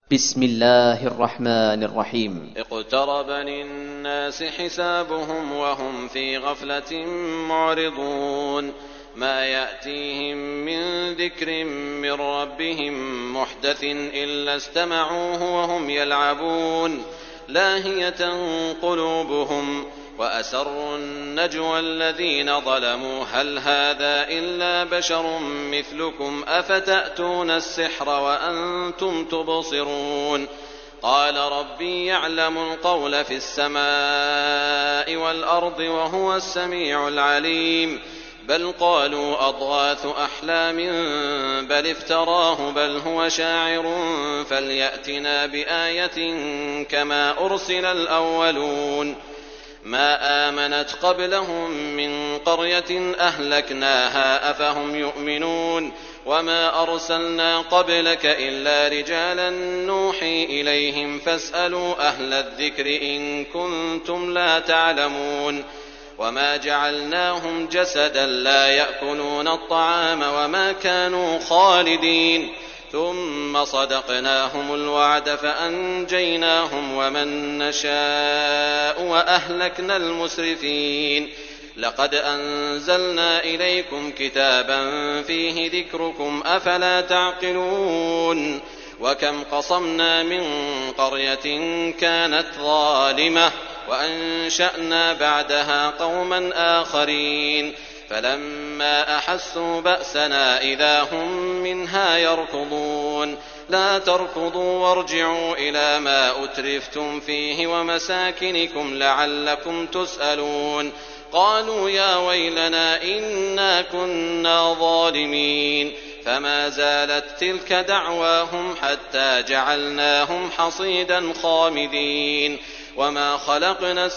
بسم الله الرحمن الرحيم. اقترب للناس حسابهم وهم في غفلة معرضون. ما يأتيهم من ذكر من ربهم محدث إلا استمعوه وهم يلعبون لاهية قلوبهم وأسروا النجوى الذين ظلموا هل هذا إلا بشر مثلكم أفتأتون السحر وأنتم تبصرون. قال ربي يعلم القول في السماء والأرض وهو السميع العليم. بل قالوا أضغاث أحلام بل افتراه بل هو شاعر فليأتنا بآية كما أرسل الأولون. ما آمنت قبلهم من قرية أهلكناها أفهم يؤمنون. وما أرسلنا قبلك إلا رجالا نوحي إليهم فاسألوا أهل الذكر إن كنتم لا تعلمون. وما جعلناهم جسدا لا يأكلون الطعام وما كانوا خالدين. ثم صدقناهم الوعد فأنجيناهم ومن نشاء وأهلكنا المسرفين. لقد أنزلنا إليكم كتابا فيه ذكركم أفلا تعقلون. وكم قصمنا من قرية كانت ظالمة وأنشأنا بعدها قوما آخرين فلما أحسوا بأسنا إذا هم منها يركضون. لا تركضوا وارجعوا إلى ما أترفتم فيه ومساكنكم لعلكم تسألون. قالوا يا ويلنا إنا كنا ظالمين. فما زالت تلك دعواهم حتى جعلناهم حصيدا خامدين. وما خلقنا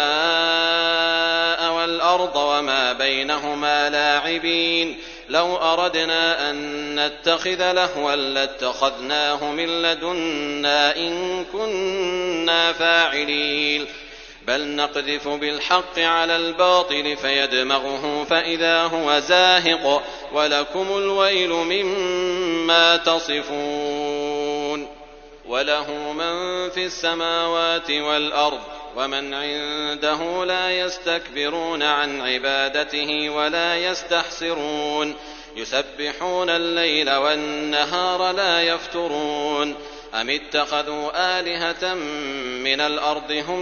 السماء والأرض وما بينهما لاعبين. لو أردنا أن نتخذ لهوا لاتخذناه من لدنا إن كنا فاعلين. بل نقذف بالحق على الباطل فيدمغه فإذا هو زاهق ولكم الويل مما تصفون. وله من في السماوات والأرض ومن عنده لا يستكبرون عن عبادته ولا يستحسرون. يسبحون الليل والنهار لا يفترون. أم اتخذوا آلهة من الأرض هم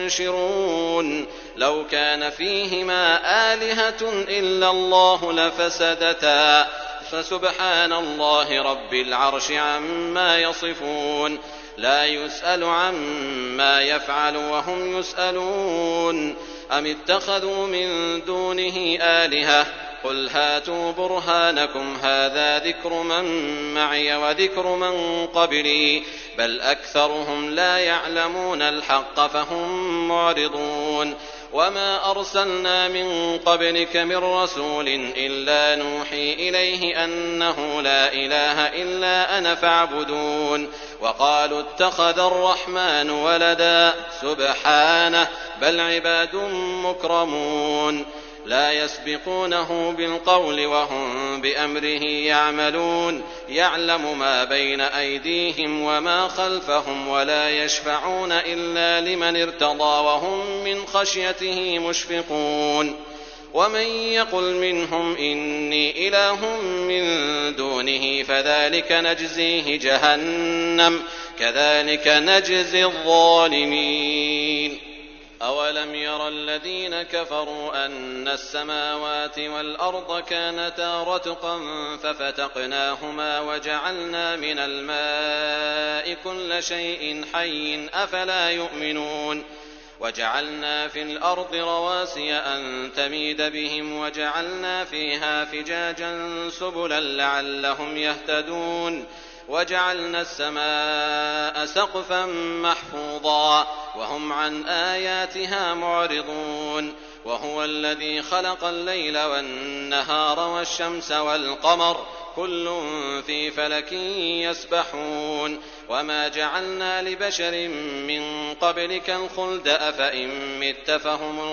ينشرون. لو كان فيهما آلهة إلا الله لفسدتا فسبحان الله رب العرش عما يصفون. لا يسأل عما يفعل وهم يسألون. أم اتخذوا من دونه آلهة قل هاتوا برهانكم هذا ذكر من معي وذكر من قبلي بل أكثرهم لا يعلمون الحق فهم معرضون. وما أرسلنا من قبلك من رسول إلا نوحي إليه أنه لا إله إلا أنا فاعبدون. وقالوا اتخذ الرحمن ولدا سبحانه بل عباد مكرمون. لا يسبقونه بالقول وهم بأمره يعملون. يعلم ما بين أيديهم وما خلفهم ولا يشفعون إلا لمن ارتضى وهم من خشيته مشفقون. ومن يقل منهم إني إله من دونه فذلك نجزيه جهنم كذلك نجزي الظالمين. أولم ير الذين كفروا أن السماوات والأرض كانتا رتقا ففتقناهما وجعلنا من الماء كل شيء حي أفلا يؤمنون. وجعلنا في الأرض رواسي أن تميد بهم وجعلنا فيها فجاجا سبلا لعلهم يهتدون. وجعلنا السماء سقفا محفوظا وهم عن آياتها معرضون. وهو الذي خلق الليل والنهار والشمس والقمر كل في فلك يسبحون. وما جعلنا لبشر من قبلك الخلد أفإن مت فهم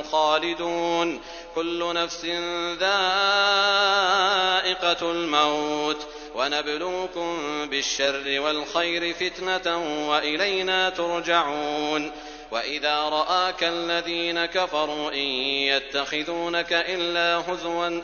الخالدون. كل نفس ذائقة الموت ونبلوكم بالشر والخير فتنة وإلينا ترجعون وإذا رآك الذين كفروا إن يتخذونك إلا هزوا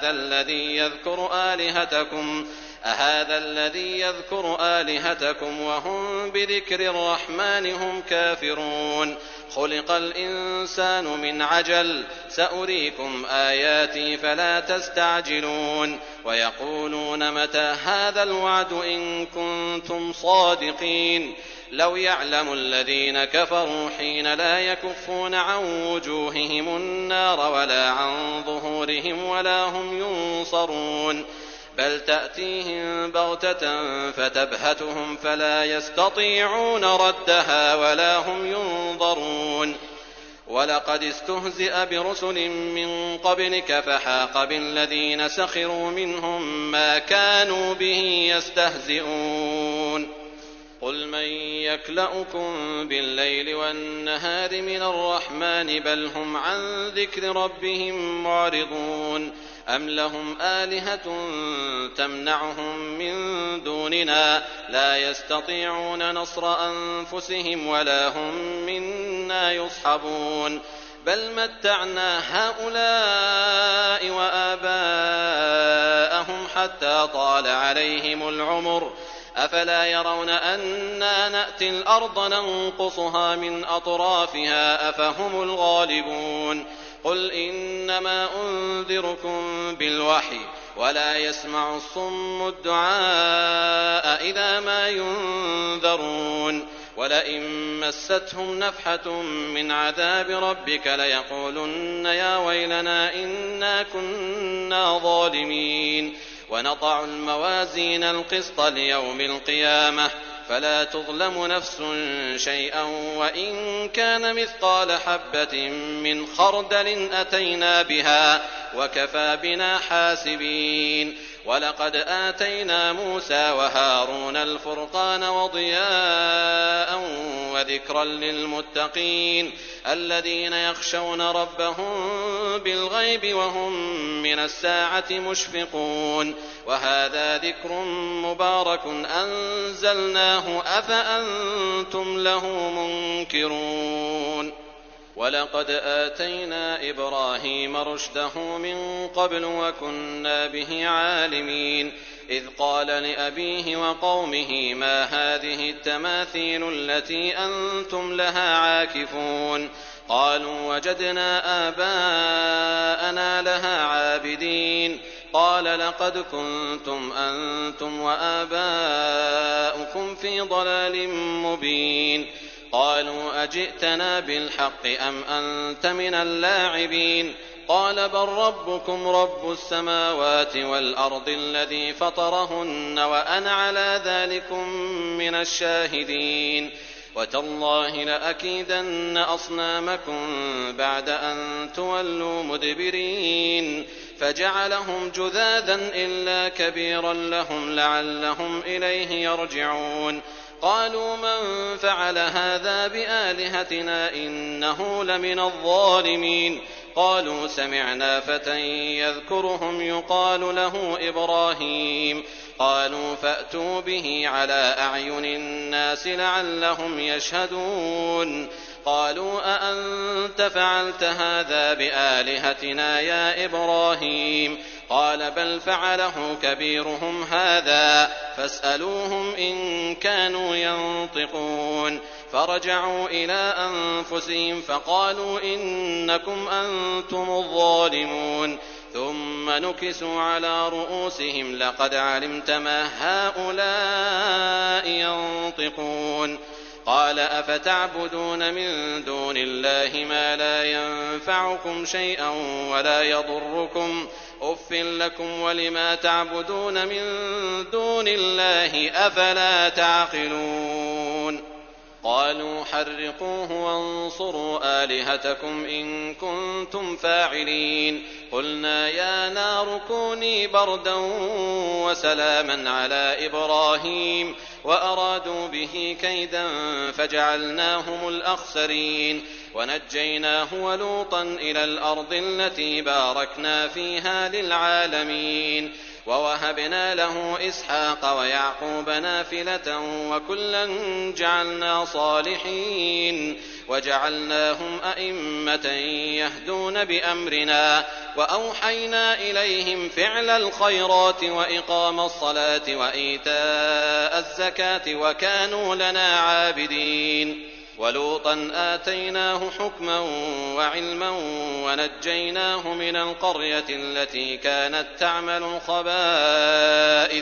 أهذا الذي يذكر آلهتكم وهم بذكر الرحمن هم كافرون خلق الإنسان من عجل سأريكم آياتي فلا تستعجلون ويقولون متى هذا الوعد إن كنتم صادقين لو يعلم الذين كفروا حين لا يكفون عن وجوههم النار ولا عن ظهورهم ولا هم ينصرون بل تأتيهم بغتة فتبهتهم فلا يستطيعون ردها ولا هم ينظرون ولقد استهزئ برسل من قبلك فحاق بالذين سخروا منهم ما كانوا به يستهزئون قل من يكلؤكم بالليل والنهار من الرحمن بل هم عن ذكر ربهم معرضون أم لهم آلهة تمنعهم من دوننا لا يستطيعون نصر أنفسهم ولا هم منا يصحبون بل متعنا هؤلاء وآباءهم حتى طال عليهم العمر أفلا يرون أنا نأتي الأرض ننقصها من أطرافها أفهم الغالبون قل إنما أنذركم بالوحي ولا يسمع الصم الدعاء إذا ما ينذرون ولئن مستهم نفحة من عذاب ربك ليقولن يا ويلنا إنا كنا ظالمين ونضع الموازين القسط ليوم القيامة فلا تظلم نفس شيئا وإن كان مثقال حبة من خردل أتينا بها وكفى بنا حاسبين ولقد آتينا موسى وهارون الفرقان وضياء وذكرا للمتقين الذين يخشون ربهم بالغيب وهم من الساعة مشفقون وهذا ذكر مبارك أنزلناه أفأنتم له منكرون ولقد آتينا إبراهيم رشده من قبل وكنا به عالمين إذ قال لأبيه وقومه ما هذه التماثيل التي أنتم لها عاكفون قالوا وجدنا آباءنا لها عابدين قال لقد كنتم أنتم وآباؤكم في ضلال مبين قالوا أجئتنا بالحق أم أنت من اللاعبين قال بل ربكم رب السماوات والأرض الذي فطرهن وأنا على ذلكم من الشاهدين وتالله لأكيدن أصنامكم بعد أن تولوا مدبرين فجعلهم جذاذا إلا كبيرا لهم لعلهم إليه يرجعون قالوا من فعل هذا بآلهتنا إنه لمن الظالمين قالوا سمعنا فتى يذكرهم يقال له إبراهيم قالوا فأتوا به على أعين الناس لعلهم يشهدون قالوا أأنت فعلت هذا بآلهتنا يا إبراهيم قال بل فعله كبيرهم هذا فاسألوهم إن كانوا ينطقون فرجعوا إلى أنفسهم فقالوا إنكم أنتم الظالمون ثم نكسوا على رؤوسهم لقد علمت ما هؤلاء ينطقون قال أفتعبدون من دون الله ما لا ينفعكم شيئا ولا يضركم أف لكم ولما تعبدون من دون الله أفلا تعقلون قالوا حرقوه وانصروا آلهتكم إن كنتم فاعلين قلنا يا نار كوني بردا وسلاما على إبراهيم وأرادوا به كيدا فجعلناهم الأخسرين ونجيناه ولوطا إلى الأرض التي باركنا فيها للعالمين ووهبنا له إسحاق ويعقوب نافلة وكلا جعلنا صالحين وجعلناهم أئمة يهدون بأمرنا وأوحينا إليهم فعل الخيرات وإقام الصلاة وإيتاء الزكاة وكانوا لنا عابدين. ولوطا آتيناه حكما وعلما ونجيناه من القرية التي كانت تعمل الخبائث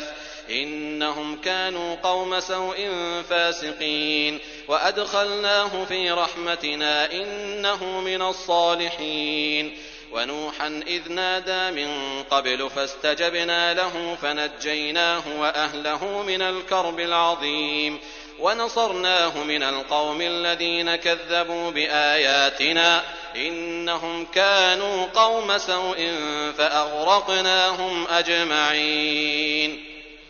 إنهم كانوا قوم سوء فاسقين وأدخلناه في رحمتنا إنه من الصالحين. ونوحا إذ نادى من قبل فاستجبنا له فنجيناه وأهله من الكرب العظيم ونصرناه من القوم الذين كذبوا بآياتنا إنهم كانوا قوم سوء فأغرقناهم أجمعين.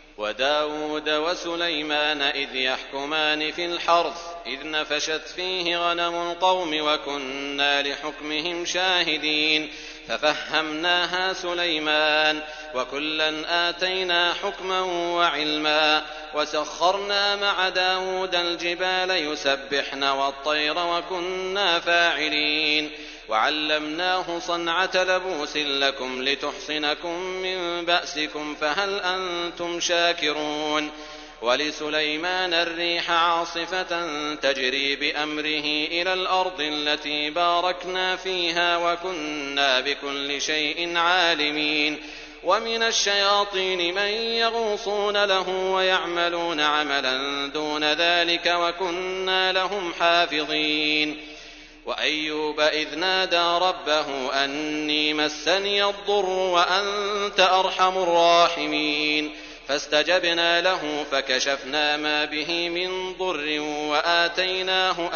وداود وسليمان إذ يحكمان في الحرث إذ نفشت فيه غنم القوم وكنا لحكمهم شاهدين ففهمناها سليمان وكلا آتينا حكما وعلما وسخرنا مع داود الجبال يسبحن والطير وكنا فاعلين وعلمناه صنعة لبوس لكم لتحصنكم من بأسكم فهل أنتم شاكرون. ولسليمان الريح عاصفة تجري بأمره إلى الأرض التي باركنا فيها وكنا بكل شيء عالمين. ومن الشياطين من يغوصون له ويعملون عملا دون ذلك وكنا لهم حافظين. وأيوب إذ نادى ربه أني مسني الضر وأنت أرحم الراحمين فاستجبنا له فكشفنا ما به من ضر وآتيناه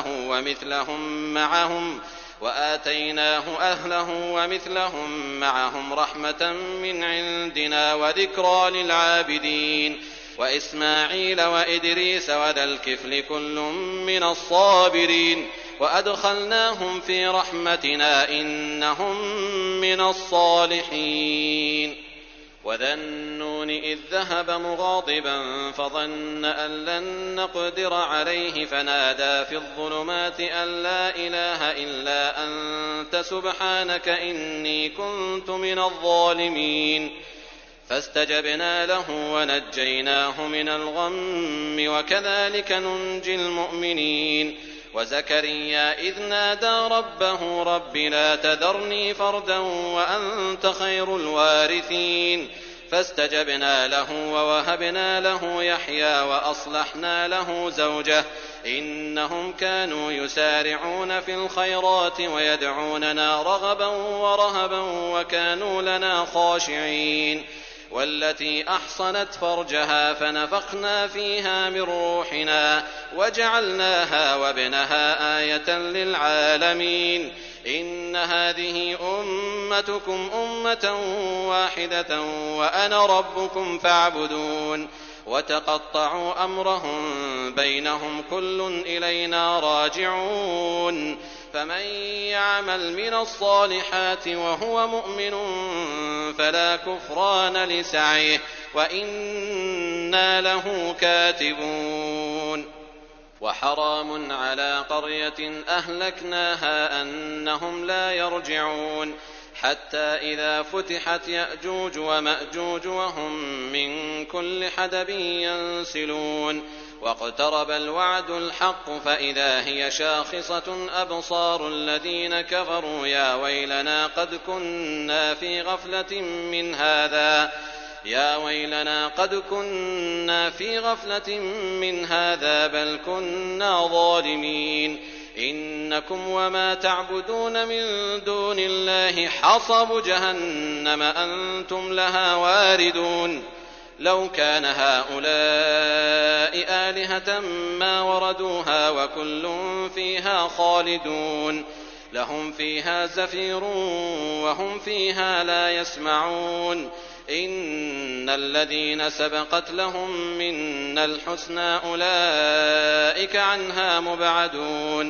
أهله ومثلهم معهم رحمة من عندنا وذكرى للعابدين. وإسماعيل وإدريس وذا الكفل كل من الصابرين وأدخلناهم في رحمتنا إنهم من الصالحين. وذا النون إذ ذهب مغاضبا فظن أن لن نقدر عليه فنادى في الظلمات أن لا إله إلا أنت سبحانك إني كنت من الظالمين فاستجبنا له ونجيناه من الغم وكذلك ننجي المؤمنين. وزكريا إذ نادى ربه رب لا تذرني فردا وأنت خير الوارثين فاستجبنا له ووهبنا له يحيى وأصلحنا له زوجه إنهم كانوا يسارعون في الخيرات ويدعوننا رغبا ورهبا وكانوا لنا خاشعين. والتي أحصنت فرجها فنفخنا فيها من روحنا وجعلناها وابنها آية للعالمين. إن هذه أمتكم أمة واحدة وأنا ربكم فاعبدون. وتقطعوا أمرهم بينهم كل إلينا راجعون. فمن يعمل من الصالحات وهو مؤمن فلا كفران لسعيه وإنا له كاتبون. وحرام على قرية أهلكناها أنهم لا يرجعون حتى إذا فتحت يأجوج ومأجوج وهم من كل حدب ينسلون. واقترب الوعد الحق فإذا هي شاخصة أبصار الذين كفروا يا ويلنا قد كنا في غفلة من هذا بل كنا ظالمين. إنكم وما تعبدون من دون الله حصب جهنم أنتم لها واردون. لو كان هؤلاء آلهة ما وردوها وكل فيها خالدون. لهم فيها زفير وهم فيها لا يسمعون. إن الذين سبقت لهم منا الحسنى أولئك عنها مبعدون.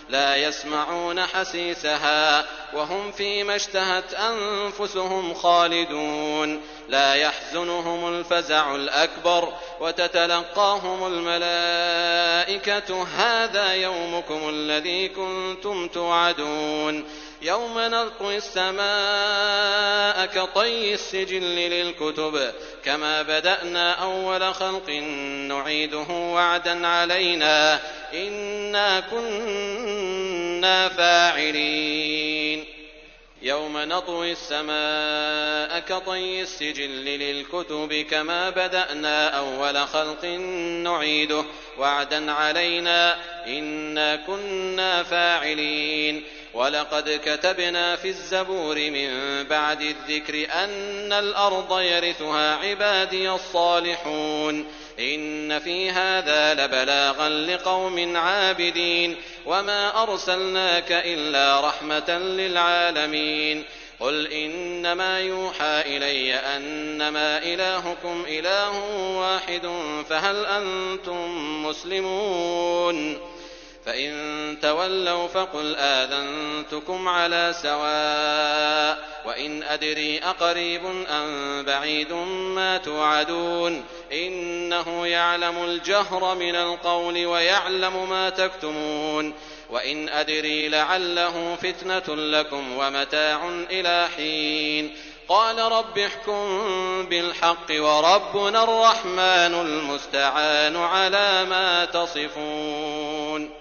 لا يسمعون حسيسها وهم فيما اشتهت أنفسهم خالدون لا يحزنهم الفزع الأكبر وتتلقاهم الملائكة هذا يومكم الذي كنتم توعدون يوم نطوي السماء كطي السجل للكتب كما بدأنا أول خلق نعيده وعدا علينا إنا كنا فاعلين يوم نطوي السماء كطي السجل للكتب كما بدأنا أول خلق نعيده وعدا علينا إنا كنا فاعلين ولقد كتبنا في الزبور من بعد الذكر أن الأرض يرثها عبادي الصالحون إن في هذا لبلاغا لقوم عابدين وما أرسلناك إلا رحمة للعالمين قل إنما يوحى إلي أنما إلهكم إله واحد فهل أنتم مسلمون فإن تولوا فقل آذنتكم على سواء وإن أدري أقريب أم بعيد ما توعدون إنه يعلم الجهر من القول ويعلم ما تكتمون وإن أدري لعله فتنة لكم ومتاع إلى حين قال رب احكم بالحق وربنا الرحمن المستعان على ما تصفون